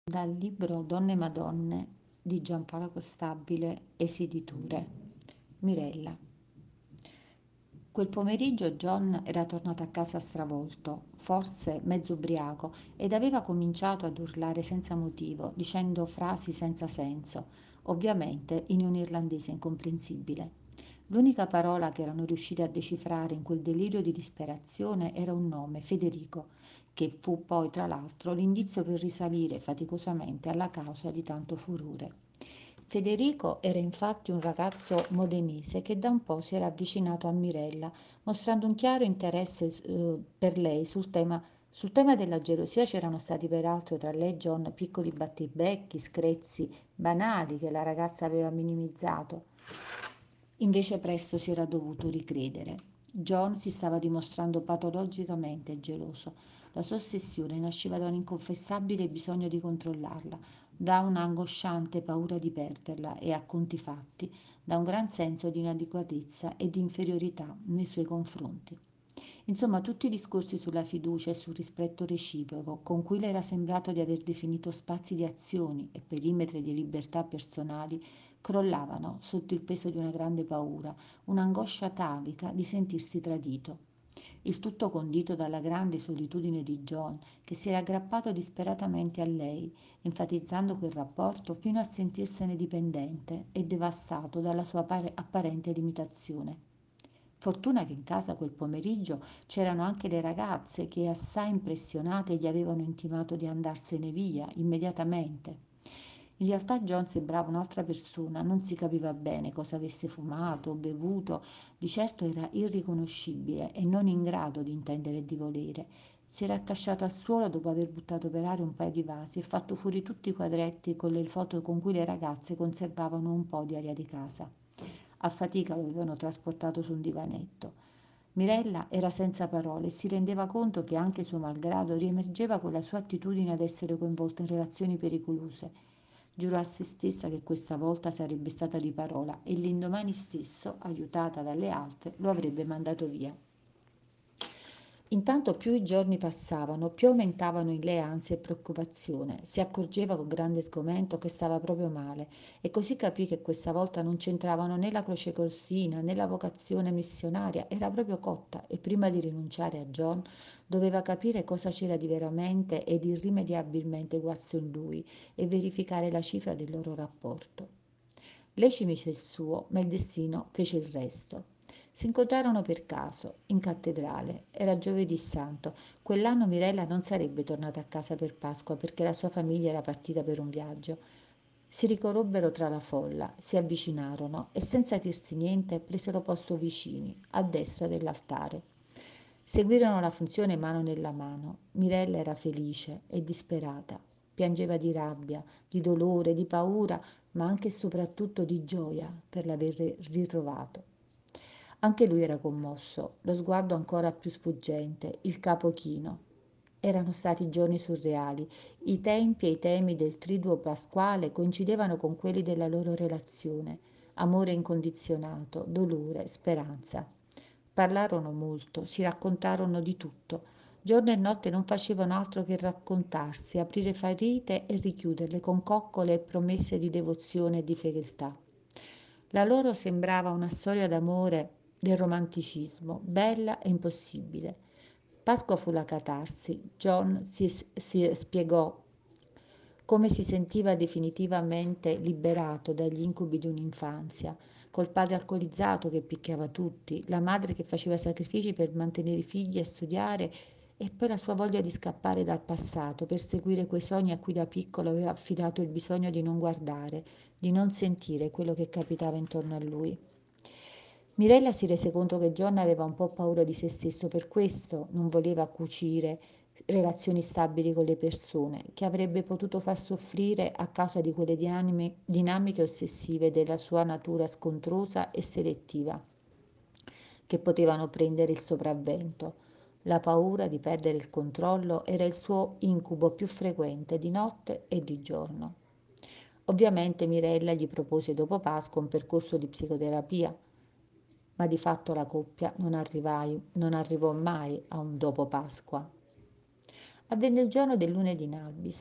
Dal libro Donne e Madonne di Giampaolo Costabile, Esiditure. Mirella. Quel pomeriggio John era tornato a casa stravolto, forse mezzo ubriaco, ed aveva cominciato ad urlare senza motivo, dicendo frasi senza senso, ovviamente in un irlandese incomprensibile. L'unica parola che erano riusciti a decifrare in quel delirio di disperazione era un nome, Federico, che fu poi tra l'altro l'indizio per risalire faticosamente alla causa di tanto furore. Federico era infatti un ragazzo modenese che da un po' si era avvicinato a Mirella, mostrando un chiaro interesse per lei sul tema della gelosia. C'erano stati peraltro tra lei e John piccoli battibecchi, screzi banali che la ragazza aveva minimizzato. Invece presto si era dovuto ricredere. John si stava dimostrando patologicamente geloso. La sua ossessione nasceva da un inconfessabile bisogno di controllarla, da un'angosciante paura di perderla e, a conti fatti, da un gran senso di inadeguatezza e di inferiorità nei suoi confronti. Insomma, tutti i discorsi sulla fiducia e sul rispetto reciproco, con cui le era sembrato di aver definito spazi di azioni e perimetri di libertà personali, crollavano sotto il peso di una grande paura, un'angoscia atavica di sentirsi tradito. Il tutto condito dalla grande solitudine di John, che si era aggrappato disperatamente a lei, enfatizzando quel rapporto fino a sentirsene dipendente e devastato dalla sua apparente limitazione. Fortuna che in casa quel pomeriggio c'erano anche le ragazze che, assai impressionate, gli avevano intimato di andarsene via immediatamente. In realtà John sembrava un'altra persona, non si capiva bene cosa avesse fumato o bevuto, di certo era irriconoscibile e non in grado di intendere e di volere. Si era accasciato al suolo dopo aver buttato per aria un paio di vasi e fatto fuori tutti i quadretti con le foto con cui le ragazze conservavano un po' di aria di casa. A fatica lo avevano trasportato su un divanetto. Mirella era senza parole e si rendeva conto che anche suo malgrado riemergeva quella sua attitudine ad essere coinvolta in relazioni pericolose. Giurò a se stessa che questa volta sarebbe stata di parola e l'indomani stesso, aiutata dalle altre, lo avrebbe mandato via. Intanto più i giorni passavano, più aumentavano in lei ansia e preoccupazione. Si accorgeva con grande sgomento che stava proprio male e così capì che questa volta non c'entravano né la croce corsina né la vocazione missionaria, era proprio cotta e prima di rinunciare a John doveva capire cosa c'era di veramente ed irrimediabilmente guasto in lui e verificare la cifra del loro rapporto. Lei ci mise il suo, ma il destino fece il resto. Si incontrarono per caso, in cattedrale. Era giovedì santo. Quell'anno Mirella non sarebbe tornata a casa per Pasqua perché la sua famiglia era partita per un viaggio. Si riconobbero tra la folla, si avvicinarono e senza dirsi niente presero posto vicini, a destra dell'altare. Seguirono la funzione mano nella mano. Mirella era felice e disperata. Piangeva di rabbia, di dolore, di paura, ma anche e soprattutto di gioia per l'aver ritrovato. Anche lui era commosso, lo sguardo ancora più sfuggente, il capo chino. Erano stati giorni surreali. I tempi e i temi del triduo pasquale coincidevano con quelli della loro relazione. Amore incondizionato, dolore, speranza. Parlarono molto, si raccontarono di tutto. Giorno e notte non facevano altro che raccontarsi, aprire ferite e richiuderle con coccole e promesse di devozione e di fedeltà. La loro sembrava una storia d'amore del romanticismo, bella e impossibile. Pasqua fu la catarsi. John si spiegò come si sentiva definitivamente liberato dagli incubi di un'infanzia, col padre alcolizzato che picchiava tutti, la madre che faceva sacrifici per mantenere i figli a studiare e poi la sua voglia di scappare dal passato per seguire quei sogni a cui da piccolo aveva affidato il bisogno di non guardare, di non sentire quello che capitava intorno a lui. Mirella si rese conto che John aveva un po' paura di se stesso, per questo non voleva cucire relazioni stabili con le persone, che avrebbe potuto far soffrire a causa di quelle dinamiche ossessive della sua natura scontrosa e selettiva, che potevano prendere il sopravvento. La paura di perdere il controllo era il suo incubo più frequente di notte e di giorno. Ovviamente Mirella gli propose dopo Pasqua un percorso di psicoterapia, ma di fatto la coppia non arrivò mai a un dopo Pasqua. Avvenne il giorno del lunedì in Albis.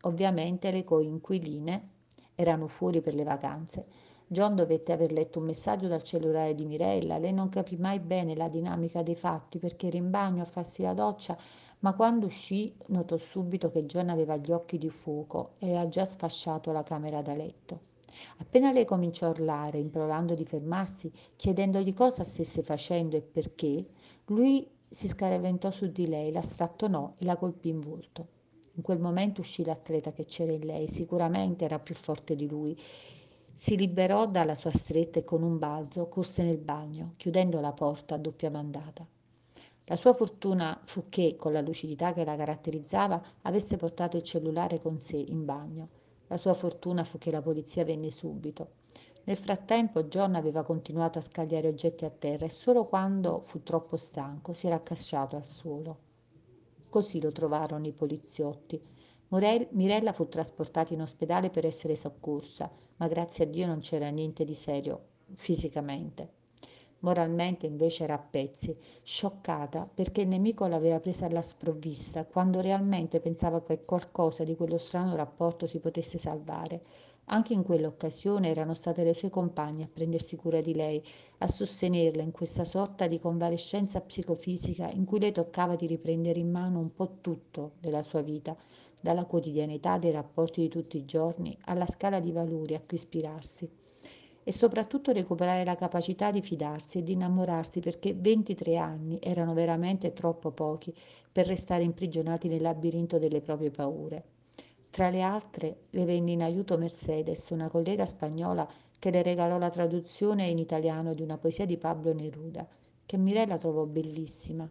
Ovviamente le coinquiline erano fuori per le vacanze. John dovette aver letto un messaggio dal cellulare di Mirella. Lei non capì mai bene la dinamica dei fatti perché era in bagno a farsi la doccia, ma quando uscì notò subito che John aveva gli occhi di fuoco e aveva già sfasciato la camera da letto. Appena lei cominciò a urlare, implorando di fermarsi, chiedendogli cosa stesse facendo e perché, lui si scaraventò su di lei, la strattonò e la colpì in volto. In quel momento uscì l'atleta che c'era in lei, sicuramente era più forte di lui. Si liberò dalla sua stretta e con un balzo corse nel bagno, chiudendo la porta a doppia mandata. La sua fortuna fu che, con la lucidità che la caratterizzava, avesse portato il cellulare con sé in bagno. La sua fortuna fu che la polizia venne subito. Nel frattempo John aveva continuato a scagliare oggetti a terra e solo quando fu troppo stanco si era accasciato al suolo. Così lo trovarono i poliziotti. Mirella fu trasportata in ospedale per essere soccorsa, ma grazie a Dio non c'era niente di serio fisicamente. Moralmente invece era a pezzi, scioccata perché il nemico l'aveva presa alla sprovvista, quando realmente pensava che qualcosa di quello strano rapporto si potesse salvare. Anche in quell'occasione erano state le sue compagne a prendersi cura di lei, a sostenerla in questa sorta di convalescenza psicofisica in cui le toccava di riprendere in mano un po' tutto della sua vita, dalla quotidianità dei rapporti di tutti i giorni alla scala di valori a cui ispirarsi e soprattutto recuperare la capacità di fidarsi e di innamorarsi perché 23 anni erano veramente troppo pochi per restare imprigionati nel labirinto delle proprie paure. Tra le altre le venne in aiuto Mercedes, una collega spagnola che le regalò la traduzione in italiano di una poesia di Pablo Neruda, che Mirella trovò bellissima,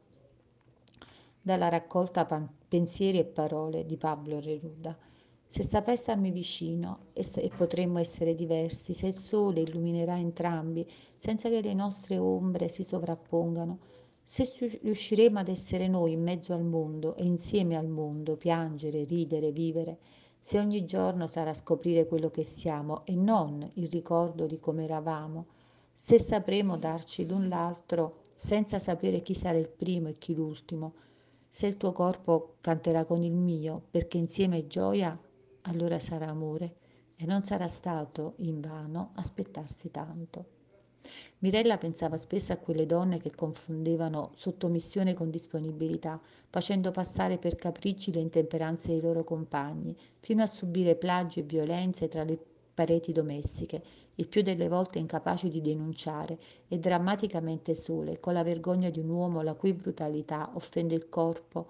dalla raccolta Pensieri e parole di Pablo Neruda. Se saprai starmi vicino e potremmo essere diversi, se il sole illuminerà entrambi, senza che le nostre ombre si sovrappongano, se riusciremo ad essere noi in mezzo al mondo e insieme al mondo, piangere, ridere, vivere, se ogni giorno sarà scoprire quello che siamo e non il ricordo di come eravamo, se sapremo darci l'un l'altro senza sapere chi sarà il primo e chi l'ultimo, se il tuo corpo canterà con il mio, perché insieme è gioia, allora sarà amore e non sarà stato invano aspettarsi tanto. Mirella pensava spesso a quelle donne che confondevano sottomissione con disponibilità, facendo passare per capricci le intemperanze dei loro compagni, fino a subire plagi e violenze tra le pareti domestiche, il più delle volte incapaci di denunciare e drammaticamente sole, con la vergogna di un uomo la cui brutalità offende il corpo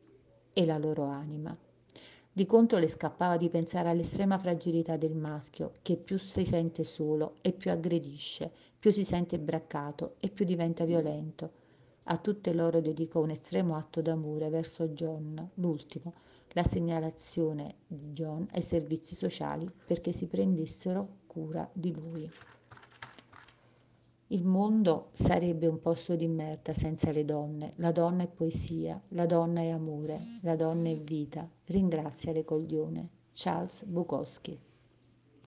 e la loro anima. Di contro le scappava di pensare all'estrema fragilità del maschio, che più si sente solo e più aggredisce, più si sente braccato e più diventa violento. A tutte loro dedicò un estremo atto d'amore verso John, l'ultimo, la segnalazione di John ai servizi sociali perché si prendessero cura di lui. Il mondo sarebbe un posto di merda senza le donne. La donna è poesia, la donna è amore, la donna è vita. Ringraziale, coglione. Charles Bukowski.